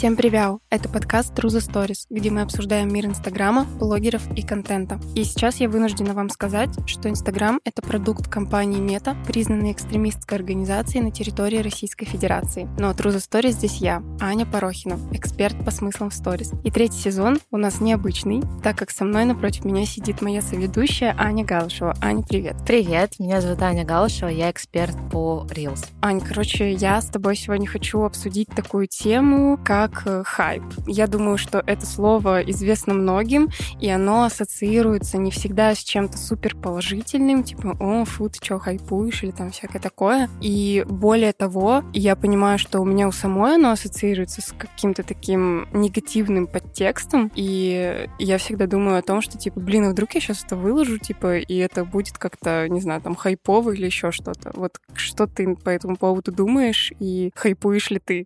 Всем привет! Это подкаст True the Stories, где мы обсуждаем мир Инстаграма, блогеров и контента. И сейчас я вынуждена вам сказать, что Инстаграм — это продукт компании Мета, признанной экстремистской организацией на территории Российской Федерации. Но True the Stories здесь я, Аня Порохина, эксперт по смыслам в сторис. И третий сезон у нас необычный, так как со мной напротив меня сидит моя соведущая Аня Галышева. Аня, привет! Привет, меня зовут Аня Галышева, я эксперт по Reels. Ань, я с тобой сегодня хочу обсудить такую тему, как хайп. Я думаю, что это слово известно многим, и оно ассоциируется не всегда с чем-то супер положительным, типа, о, фу, ты чё, хайпуешь, или там всякое такое. И более того, я понимаю, что у меня у самой оно ассоциируется с каким-то таким негативным подтекстом, и я всегда думаю о том, что, типа, блин, а вдруг я сейчас это выложу, типа, и это будет как-то, не знаю, там, хайпово или еще что-то. Вот что ты по этому поводу думаешь, и хайпуешь ли ты?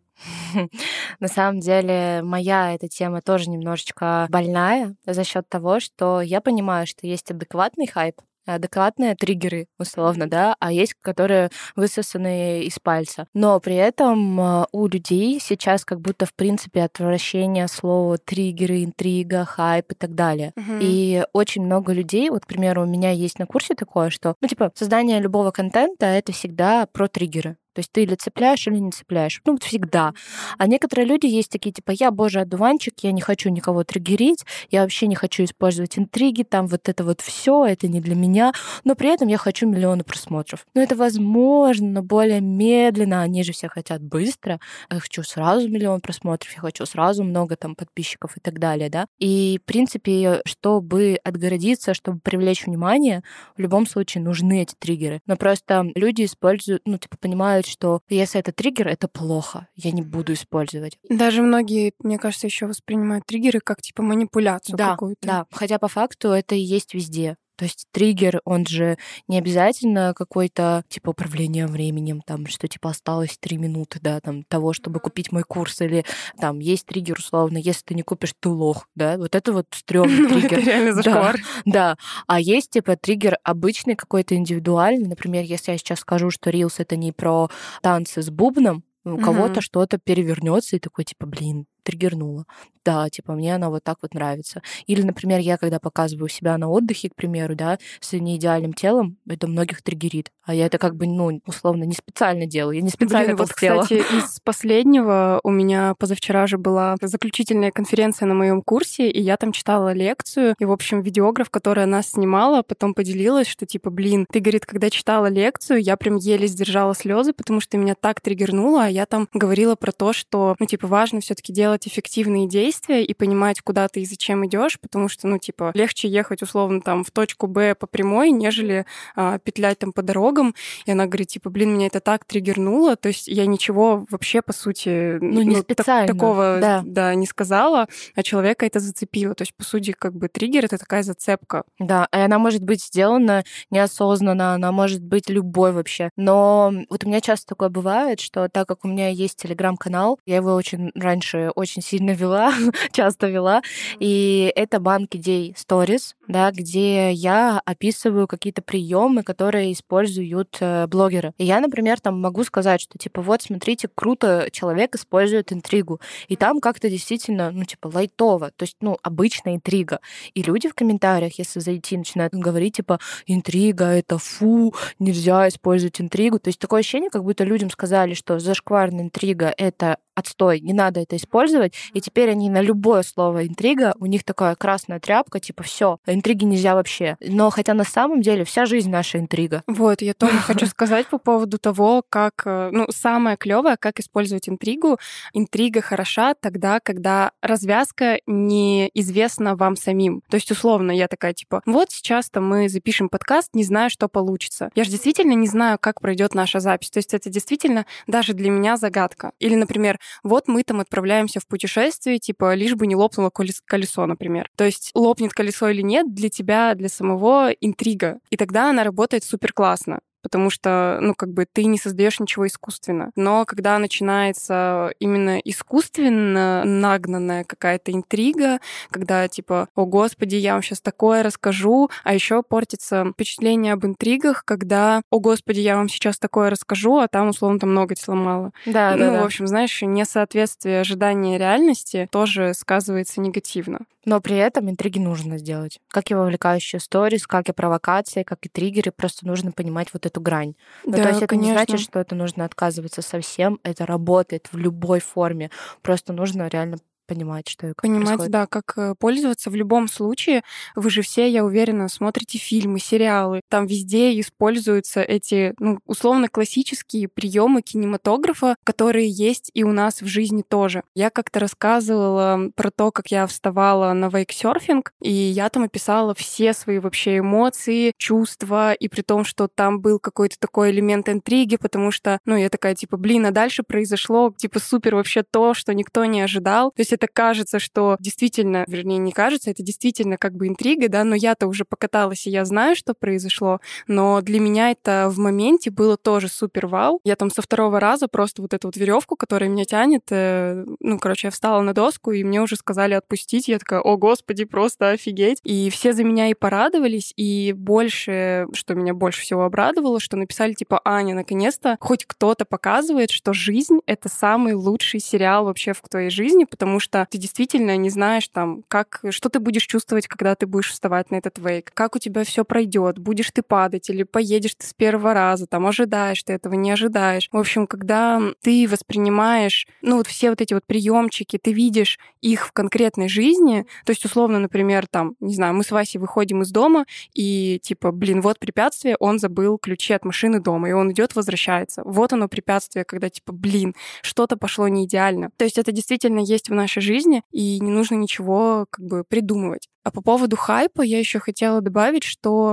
На самом деле, моя эта тема тоже немножечко больная за счет того, что я понимаю, что есть адекватный хайп, адекватные триггеры, условно, да, а есть, которые высосаны из пальца. Но при этом у людей сейчас как будто, в принципе, отвращение слова триггеры, интрига, хайп и так далее. И очень много людей, вот, к примеру, у меня есть на курсе такое, что, создание любого контента — это всегда про триггеры. То есть ты или цепляешь, или не цепляешь. Вот всегда. А некоторые люди есть такие, типа, я, боже, одуванчик, я не хочу никого триггерить, я вообще не хочу использовать интриги, там вот это вот все, это не для меня, но при этом я хочу миллионы просмотров. Но это возможно, но более медленно, они же все хотят быстро. Я хочу сразу миллион просмотров, я хочу сразу много там подписчиков и так далее, да. И, в принципе, чтобы отгородиться, чтобы привлечь внимание, в любом случае нужны эти триггеры. Но просто люди используют, понимают, что если это триггер, это плохо, я не буду использовать. Даже многие, мне кажется, еще воспринимают триггеры как манипуляцию какую-то. Да, хотя по факту это и есть везде. То есть триггер, он же не обязательно какой-то, управление временем, там, что, осталось 3 минуты, да, там, того, чтобы купить мой курс, или там есть триггер, условно, если ты не купишь, ты лох, да, вот это вот стрёмный триггер. Это реально зашквар. Да, а есть, триггер обычный какой-то индивидуальный, например, если я сейчас скажу, что Reels — это не про танцы с бубном, у кого-то что-то перевернется и такой, блин, триггернуло. Да, мне она вот так вот нравится. Или, например, я когда показываю себя на отдыхе, к примеру, да, с неидеальным телом, это многих триггерит. А я это условно, не специально делаю. Я не специально толстела. Вот, кстати, из последнего у меня позавчера же была заключительная конференция на моем курсе, и я там читала лекцию, и, в общем, видеограф, которая нас снимала, потом поделилась, что, блин, ты, говорит, когда читала лекцию, я прям еле сдержала слезы, потому что меня так триггернуло, а я там говорила про то, что, важно все-таки делать эффективные действия и понимать, куда ты и зачем идешь, потому что, легче ехать, условно, там, в точку Б по прямой, нежели петлять там по дорогам. И она говорит, блин, меня это так триггернуло, то есть я ничего вообще, по сути, не специально. Такого не сказала, а человека это зацепило. То есть, по сути, триггер — это такая зацепка. Да, и она может быть сделана неосознанно, она может быть любой вообще. Но вот у меня часто такое бывает, что так как у меня есть телеграм-канал, я его раньше очень сильно вела, часто вела, и это банк идей Stories, да, где я описываю какие-то приемы, которые используют блогеры. И я, например, там могу сказать, что вот, смотрите, круто человек использует интригу. И там как-то действительно, лайтово, то есть, обычная интрига. И люди в комментариях, если зайти, начинают говорить, интрига, это фу, нельзя использовать интригу. То есть такое ощущение, как будто людям сказали, что зашкварная интрига — это отстой, не надо это использовать. И теперь они на любое слово интрига, у них такая красная тряпка, все, интриги нельзя вообще. Но хотя на самом деле вся жизнь наша интрига. Вот, я тоже хочу сказать по поводу того, как, самое клевое, как использовать интригу. Интрига хороша тогда, когда развязка неизвестна вам самим. То есть, условно, я такая, вот сейчас-то мы запишем подкаст, не знаю, что получится. Я же действительно не знаю, как пройдет наша запись. То есть это действительно даже для меня загадка. Или, например, вот мы там отправляемся в путешествие, лишь бы не лопнуло колесо, например. То есть лопнет колесо или нет, для тебя, для самого интрига. И тогда она работает супер классно. потому что, ты не создаешь ничего искусственно. Но когда начинается именно искусственно нагнанная какая-то интрига, когда типа, о господи, я вам сейчас такое расскажу, а еще портится впечатление об интригах, когда, о господи, я вам сейчас такое расскажу, а там условно там ноготь сломала. Да. В общем, знаешь, несоответствие ожидания реальности тоже сказывается негативно. Но при этом интриги нужно сделать. Как и вовлекающие сторис, как и провокации, как и триггеры. Просто нужно понимать вот эту грань. Да, То есть это конечно. не значит, что это нужно отказываться совсем. Это работает в любой форме. Просто нужно реально понимать, что и как происходит. Да, как пользоваться в любом случае. Вы же все, я уверена, смотрите фильмы, сериалы. Там везде используются эти, условно, классические приемы кинематографа, которые есть и у нас в жизни тоже. Я как-то рассказывала про то, как я вставала на вейксерфинг, и я там описала все свои вообще эмоции, чувства, и при том, что там был какой-то такой элемент интриги, потому что, я такая, типа, а дальше произошло, типа, супер вообще то, что никто не ожидал. То есть это кажется, что действительно, вернее, не кажется, это действительно как бы интрига, да, но я-то уже покаталась, и я знаю, что произошло, но для меня это в моменте было тоже супер вау. Я там со второго раза просто вот эту вот веревку, которая меня тянет, я встала на доску, и мне уже сказали отпустить. Я такая, о господи, просто офигеть. И все за меня и порадовались, и больше, что меня больше всего обрадовало, что написали типа, Аня, наконец-то хоть кто-то показывает, что жизнь — это самый лучший сериал вообще в твоей жизни, потому что ты действительно не знаешь там, что ты будешь чувствовать, когда ты будешь вставать на этот вейк, как у тебя все пройдет, будешь ты падать или поедешь ты с первого раза, там ожидаешь ты этого, не ожидаешь. В общем, когда ты воспринимаешь, все вот эти вот приемчики, ты видишь их в конкретной жизни, то есть условно, например, там, не знаю, мы с Васей выходим из дома и типа, вот препятствие, он забыл ключи от машины дома, и он идет, возвращается. Вот оно препятствие, когда типа, что-то пошло не идеально. То есть это действительно есть в нашей жизни, и не нужно ничего как бы придумывать. А по поводу хайпа я еще хотела добавить, что,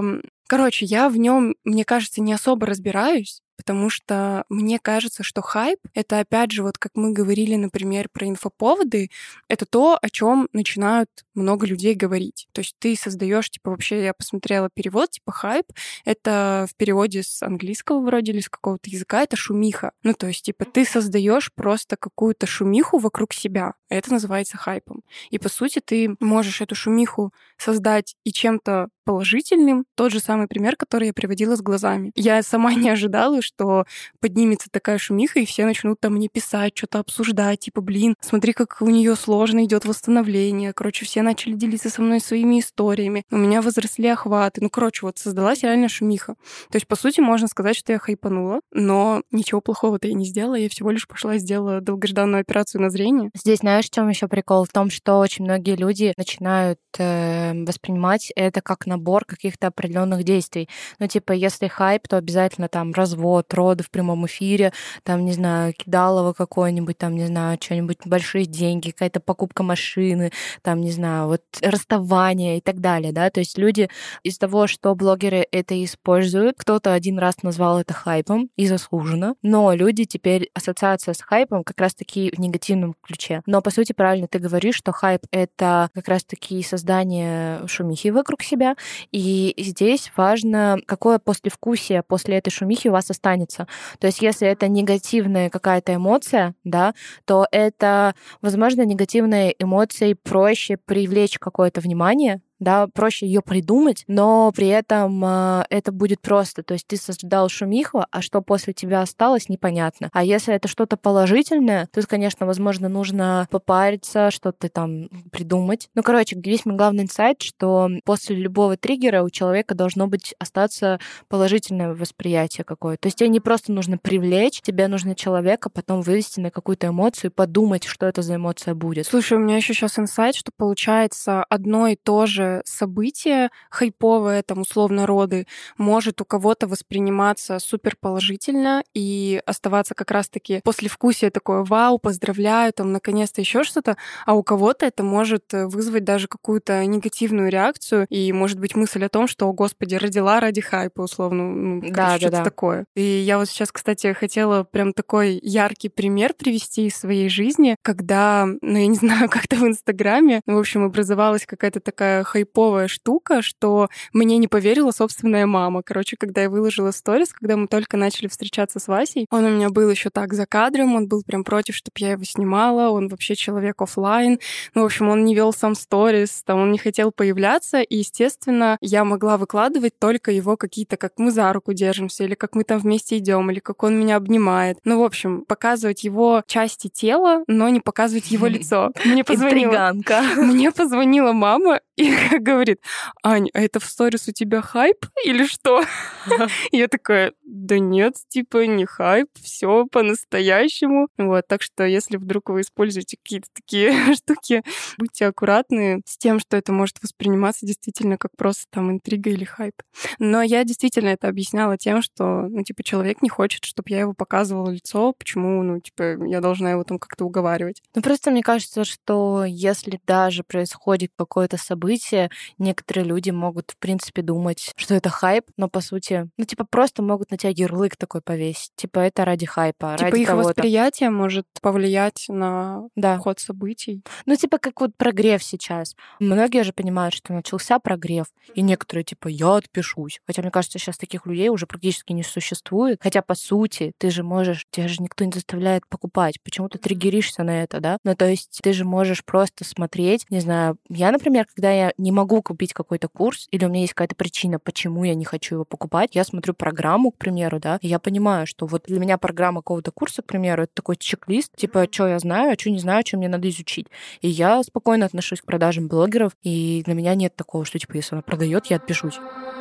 я в нем, мне кажется, не особо разбираюсь, потому что мне кажется, что хайп — это, опять же, вот как мы говорили, например, про инфоповоды, это то, о чем начинают много людей говорить. То есть ты создаешь, типа, вообще, я посмотрела перевод, типа, хайп — это в переводе с английского вроде или с какого-то языка, это шумиха. То есть, типа, ты создаешь просто какую-то шумиху вокруг себя. Это называется хайпом. И, по сути, ты можешь эту шумиху создать и чем-то положительным. Тот же самый пример, который я приводила с глазами. Я сама не ожидала, что поднимется такая шумиха, и все начнут там мне писать, что-то обсуждать, типа, смотри, как у нее сложно идет восстановление. Все начали делиться со мной своими историями. У меня возросли охваты. Вот создалась реально шумиха. То есть, по сути, можно сказать, что я хайпанула, но ничего плохого-то я не сделала. Я всего лишь пошла и сделала долгожданную операцию на зрение. Здесь, знаешь, в чем еще прикол? В том, что очень многие люди начинают воспринимать это как набор каких-то определенных действий. Если хайп, то обязательно там развод, роды в прямом эфире, там, не знаю, кидалово какое-нибудь, там, не знаю, что-нибудь, большие деньги, какая-то покупка машины, там, не знаю, вот расставание и так далее, да, то есть люди из того, что блогеры это используют, кто-то один раз назвал это хайпом и заслуженно, но люди теперь ассоциация с хайпом как раз-таки в негативном ключе. Но, по сути, правильно ты говоришь, что хайп — это как раз-таки создание шумихи вокруг себя, и здесь важно, какое послевкусие после этой шумихи у вас останется. То есть если это негативная какая-то эмоция, да, то это, возможно, негативные эмоции проще привлечь какое-то внимание, да, проще ее придумать, но при этом это будет просто. То есть ты создал шумиху, а что после тебя осталось, непонятно. А если это что-то положительное, то, конечно, возможно, нужно попариться, что-то там придумать. Весь мой главный инсайт, что после любого триггера у человека должно быть остаться положительное восприятие какое-то. То есть тебе не просто нужно привлечь, тебе нужно человека потом вывести на какую-то эмоцию и подумать, что это за эмоция будет. Слушай, у меня еще сейчас инсайт, что получается одно и то же событие хайповое, там, условно, роды, может у кого-то восприниматься супер положительно и оставаться как раз-таки послевкусие такое: вау, поздравляю, там, наконец-то еще что-то, а у кого-то это может вызвать даже какую-то негативную реакцию и, может быть, мысль о том, что, о господи, родила ради хайпа, условно, что-то такое. И я вот сейчас, кстати, хотела прям такой яркий пример привести из своей жизни, когда, я не знаю, как-то в Инстаграме, в общем, образовалась какая-то такая хайповая хайповая штука, что мне не поверила собственная мама. Короче, когда я выложила сторис, когда мы только начали встречаться с Васей, он у меня был еще так за кадром, он был прям против, чтобы я его снимала, он вообще человек оффлайн. Ну, в общем, он не вел сам сторис, там он не хотел появляться, и, естественно, я могла выкладывать только его какие-то, как мы за руку держимся, или как мы там вместе идем, или как он меня обнимает. Ну, в общем, показывать его части тела, но не показывать его лицо. Мне позвонила мама и говорит: Ань, а это в сторис у тебя хайп или что? Я такая: да нет, типа не хайп, все по-настоящему. Вот, так что если вдруг вы используете какие-то такие штуки, будьте аккуратны с тем, что это может восприниматься действительно как просто там интрига или хайп. Но я действительно это объясняла тем, что, ну, типа, человек не хочет, чтобы я его показывала лицо, почему, ну, типа, я должна его там как-то уговаривать. Ну, просто мне кажется, что если даже происходит какое-то событие, некоторые люди могут, в принципе, думать, что это хайп, но, по сути, ну, типа, просто могут на тебя ярлык такой повесить. Типа, это ради хайпа, типа ради их кого-то. Восприятие может повлиять на ход событий. Ну, типа, как вот прогрев сейчас. Многие же понимают, что начался прогрев, и некоторые, типа, я отпишусь. Хотя, мне кажется, сейчас таких людей уже практически не существует. Хотя, по сути, ты же можешь, тебя же никто не заставляет покупать. Почему ты триггеришься на это, да? Ну, то есть ты же можешь просто смотреть, не знаю, я, например, когда я не могу купить какой-то курс, или у меня есть какая-то причина, почему я не хочу его покупать, я смотрю программу, к примеру, да, и я понимаю, что вот для меня программа какого-то курса, к примеру, это такой чек-лист, типа, что я знаю, а что не знаю, что мне надо изучить. И я спокойно отношусь к продажам блогеров, и для меня нет такого, что, типа, если она продает, я отпишусь.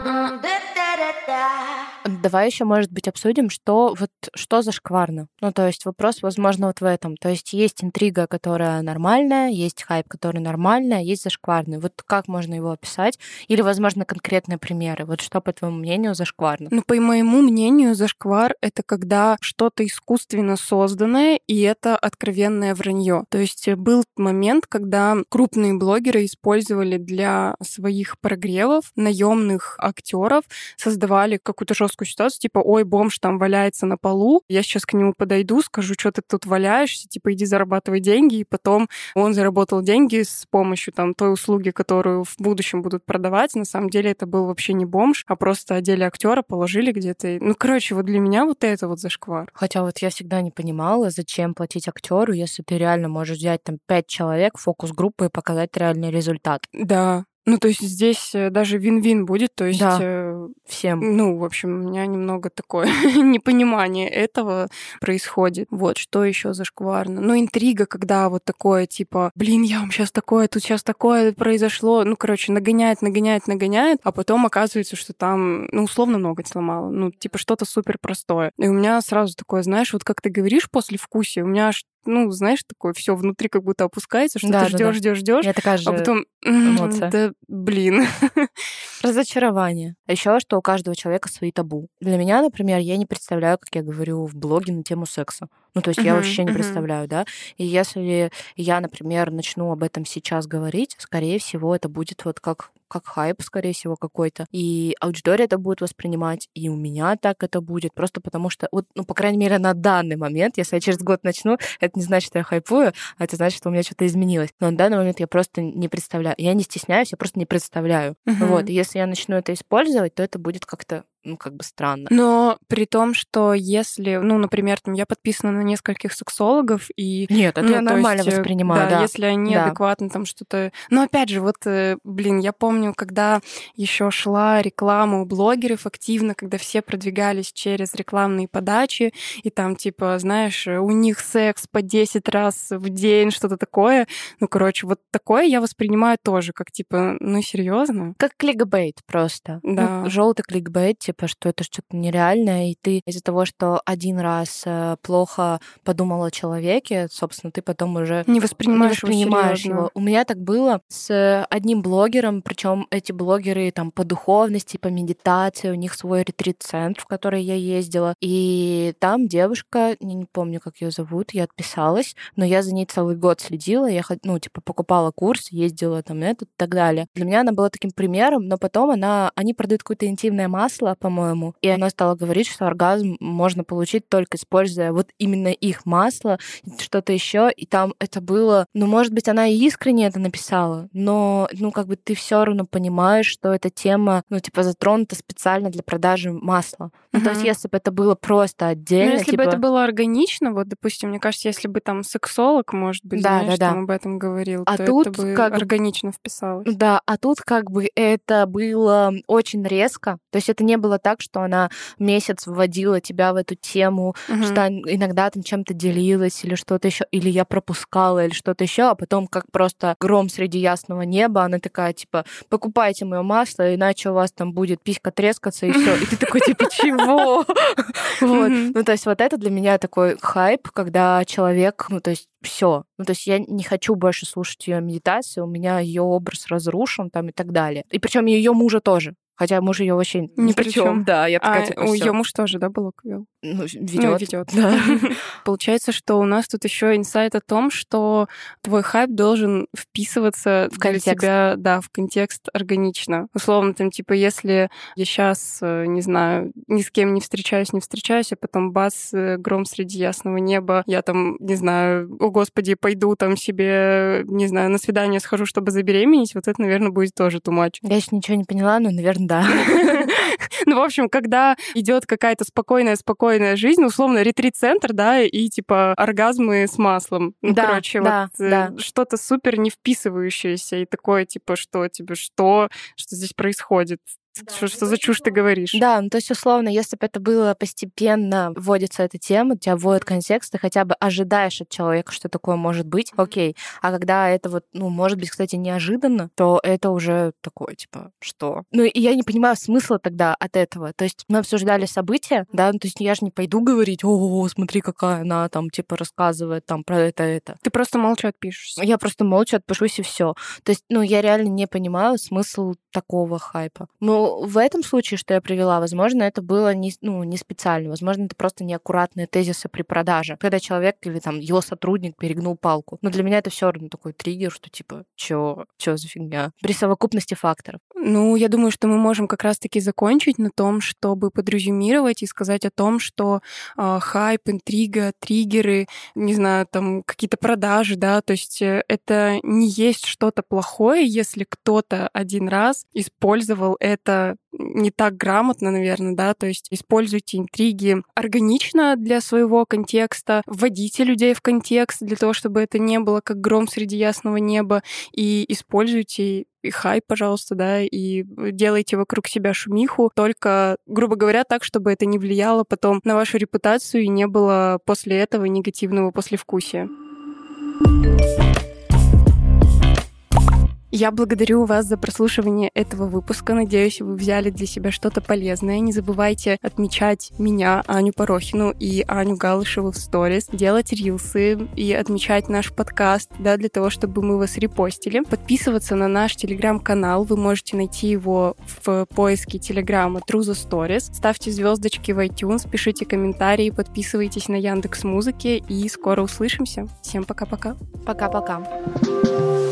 Давай еще, может быть, обсудим, что зашкварно. Ну, то есть вопрос, возможно, вот в этом. То есть есть интрига, которая нормальная, есть хайп, который нормальный, а есть зашкварный. Вот как можно его описать? Или, возможно, конкретные примеры? Вот что, по твоему мнению, зашкварно? Ну, по моему мнению, зашквар — это когда что-то искусственно созданное, и это откровенное вранье. То есть был момент, когда крупные блогеры использовали для своих прогревов наемных актеров, создавали какую-то жесткую ситуацию, типа, ой, бомж там валяется на полу, я сейчас к нему подойду, скажу, что ты тут валяешься, типа, иди зарабатывай деньги, и потом он заработал деньги с помощью там той услуги, которую в будущем будут продавать. На самом деле это был вообще не бомж, а просто одели актера, положили где-то. Ну, короче, вот для меня вот это вот зашквар. Хотя вот я всегда не понимала, зачем платить актеру, если ты реально можешь взять там 5 человек, фокус-группу и показать реальный результат. Да. Ну, то есть здесь даже вин-вин будет, то есть всем. Ну, в общем, у меня немного такое непонимание этого происходит. Вот, что еще зашкварно? Ну, интрига, когда вот такое, типа, блин, я вам сейчас такое, тут сейчас такое произошло. Ну, короче, нагоняет, а потом оказывается, что там, ну, условно ноготь сломала. Ну, типа, что-то супер простое. И у меня сразу такое, знаешь, вот как ты говоришь послевкусие, у меня аж, ну, знаешь, такое все внутри как будто опускается, что ты ждешь, я такая же а потом эмоция. да, блин. Разочарование. А еще что у каждого человека свои табу. Для меня, например, я не представляю, как я говорю в блоге на тему секса. Ну, то есть я вообще не представляю, да. И если я, например, начну об этом сейчас говорить, скорее всего, это будет вот как хайп, скорее всего, какой-то. И аудитория это будет воспринимать, и у меня так это будет. Просто потому что, вот, ну, по крайней мере, на данный момент, если я через год начну, это не значит, что я хайпую, а это значит, что у меня что-то изменилось. Но на данный момент я просто не представляю. Я не стесняюсь, я просто не представляю. Вот. И если я начну это использовать, то это будет как-то, ну, как бы странно. Но при том, что если, ну, например, там я подписана на нескольких сексологов, и... Нет, это я нормально воспринимаю, да. Если они адекватно там что-то... Но опять же, вот, блин, я помню, когда еще шла реклама у блогеров активно, когда все продвигались через рекламные подачи, и там, типа, знаешь, у них секс по 10 раз в день, что-то такое. Ну, короче, вот такое я воспринимаю тоже, как, типа, ну, серьезно? Как кликбейт просто. Да. Ну, желтый кликбейт, типа, что это что-то нереальное, и ты из-за того, что один раз плохо подумал о человеке, собственно, ты потом уже не воспринимаешь его. У меня так было с одним блогером, причем эти блогеры там по духовности, по медитации, у них свой ретрит-центр, в который я ездила, и там девушка, не помню, как ее зовут, я отписалась, но я за ней целый год следила, я, ну, типа, покупала курс, ездила там и так далее. Для меня она была таким примером, но потом они продают какое-то интимное масло, по-моему, и она стала говорить, что оргазм можно получить только используя вот именно их масло, что-то еще, и там это было, может быть, она и искренне это написала, но, как бы ты все равно понимаешь, что эта тема, затронута специально для продажи масла. То есть, если бы это было просто отдельно, если бы это было органично, вот, допустим, мне кажется, если бы там сексолог, может быть, там об этом говорил, то тут это бы органично вписалось. Да, а тут как бы это было очень резко, то есть это не было так, что она месяц вводила тебя в эту тему, что иногда там чем-то делилась или что-то еще, или я пропускала, или что-то еще, а потом как просто гром среди ясного неба, она такая, типа, покупайте мое масло, иначе у вас там будет писька трескаться, и все. И ты такой, типа, чего? Вот. То есть вот это для меня такой хайп, когда человек, все. То есть я не хочу больше слушать ее медитации, у меня ее образ разрушен там и так далее. И причем ее мужа тоже. Хотя муж ее вообще ни при чем. Да, я такая, типа, у ее муж тоже, да, блок вел? Ведет. Да. Получается, что у нас тут еще инсайт о том, что твой хайп должен вписываться в контекст. Для тебя, да, в контекст органично. Условно, там, типа, если я сейчас, не знаю, ни с кем не встречаюсь, а потом бац, гром среди ясного неба, я там, не знаю, о господи, пойду там себе, не знаю, на свидание схожу, чтобы забеременеть, вот это, наверное, будет тоже too much. Я еще ничего не поняла, но, наверное, да. В общем, когда идет какая-то спокойная жизнь, условно, ретрит-центр, да, и типа оргазмы с маслом. Что-то супер не вписывающееся и такое, типа, что здесь происходит? Что за чушь ты говоришь? Да, то есть, условно, если бы это было постепенно вводится эта тема, тебя вводит контекст, ты хотя бы ожидаешь от человека, что такое может быть, окей. А когда это может быть, кстати, неожиданно, то это уже такое, типа, что? И я не понимаю смысла тогда от этого. То есть мы обсуждали события, да, то есть я же не пойду говорить, смотри, какая она там, типа, рассказывает там про это. Ты просто молча отпишешься. Я просто молча отпишусь и все. То есть, я реально не понимаю смысл такого хайпа. В этом случае, что я привела, возможно, это было не специально. Возможно, это просто неаккуратные тезисы при продаже. Когда человек или там его сотрудник перегнул палку. Но для меня это все равно такой триггер, что типа, чё за фигня? При совокупности факторов. Я думаю, что мы можем как раз-таки закончить на том, чтобы подрезюмировать и сказать о том, что хайп, интрига, триггеры, не знаю, там какие-то продажи, да, то есть это не есть что-то плохое, если кто-то один раз использовал это не так грамотно, наверное, да, то есть используйте интриги органично для своего контекста, вводите людей в контекст для того, чтобы это не было как гром среди ясного неба, и используйте и хайп, пожалуйста, да, и делайте вокруг себя шумиху, только, грубо говоря, так, чтобы это не влияло потом на вашу репутацию и не было после этого негативного послевкусия. Я благодарю вас за прослушивание этого выпуска. Надеюсь, вы взяли для себя что-то полезное. Не забывайте отмечать меня, Аню Порохину и Аню Галышеву в сторис, делать рилсы и отмечать наш подкаст, да, для того, чтобы мы вас репостили. Подписываться на наш телеграм-канал. Вы можете найти его в поиске телеграма True the Stories. Ставьте звездочки в iTunes, пишите комментарии, подписывайтесь на Яндекс.Музыке и скоро услышимся. Всем пока-пока. Пока-пока.